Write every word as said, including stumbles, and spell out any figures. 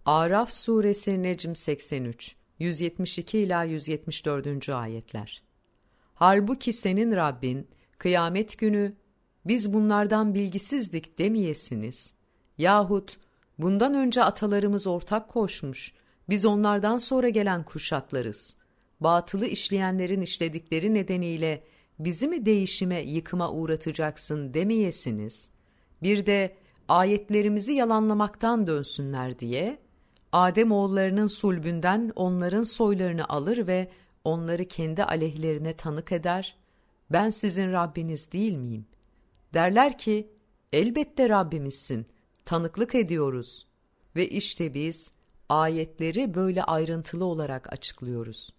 Araf suresi Necm seksen üç yüz yetmiş iki ila yüz yetmiş dördüncü ayetler. Halbuki senin Rabbin kıyamet günü biz bunlardan bilgisizdik demeyesiniz yahut bundan önce atalarımız ortak koşmuş, biz onlardan sonra gelen kuşaklarız. Batılı işleyenlerin işledikleri nedeniyle bizi mi değişime, yıkıma uğratacaksın demeyesiniz. Bir de ayetlerimizi yalanlamaktan dönsünler diye Adem oğullarının sulbünden onların soylarını alır ve onları kendi aleyhlerine tanık eder. Ben sizin Rabbiniz değil miyim? Derler ki, elbette Rabbimizsin, tanıklık ediyoruz. Ve işte biz ayetleri böyle ayrıntılı olarak açıklıyoruz.